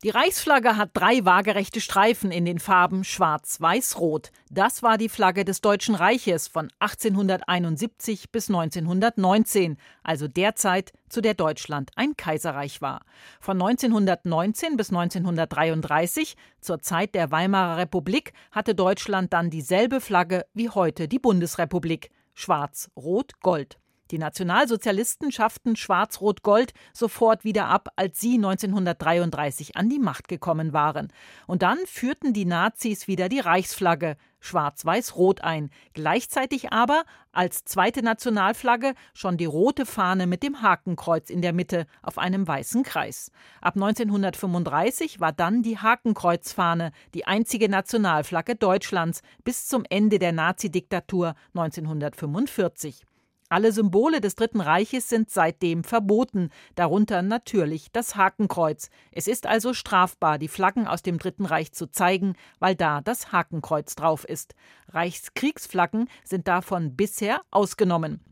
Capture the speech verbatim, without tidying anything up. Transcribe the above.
Die Reichsflagge hat drei waagerechte Streifen in den Farben Schwarz, Weiß, Rot. Das war die Flagge des Deutschen Reiches von achtzehnhunderteinundsiebzig bis neunzehnhundertneunzehn, also der Zeit, zu der Deutschland ein Kaiserreich war. Von neunzehnhundertneunzehn bis neunzehnhundertdreiunddreißig, zur Zeit der Weimarer Republik, hatte Deutschland dann dieselbe Flagge wie heute die Bundesrepublik: Schwarz, Rot, Gold. Die Nationalsozialisten schafften Schwarz-Rot-Gold sofort wieder ab, als sie neunzehnhundertdreiunddreißig an die Macht gekommen waren. Und dann führten die Nazis wieder die Reichsflagge Schwarz-Weiß-Rot ein, gleichzeitig aber als zweite Nationalflagge schon die rote Fahne mit dem Hakenkreuz in der Mitte auf einem weißen Kreis. Ab neunzehnhundertfünfunddreißig war dann die Hakenkreuzfahne die einzige Nationalflagge Deutschlands bis zum Ende der Nazidiktatur neunzehnhundertfünfundvierzig. Alle Symbole des Dritten Reiches sind seitdem verboten, darunter natürlich das Hakenkreuz. Es ist also strafbar, die Flaggen aus dem Dritten Reich zu zeigen, weil da das Hakenkreuz drauf ist. Reichskriegsflaggen sind davon bisher ausgenommen.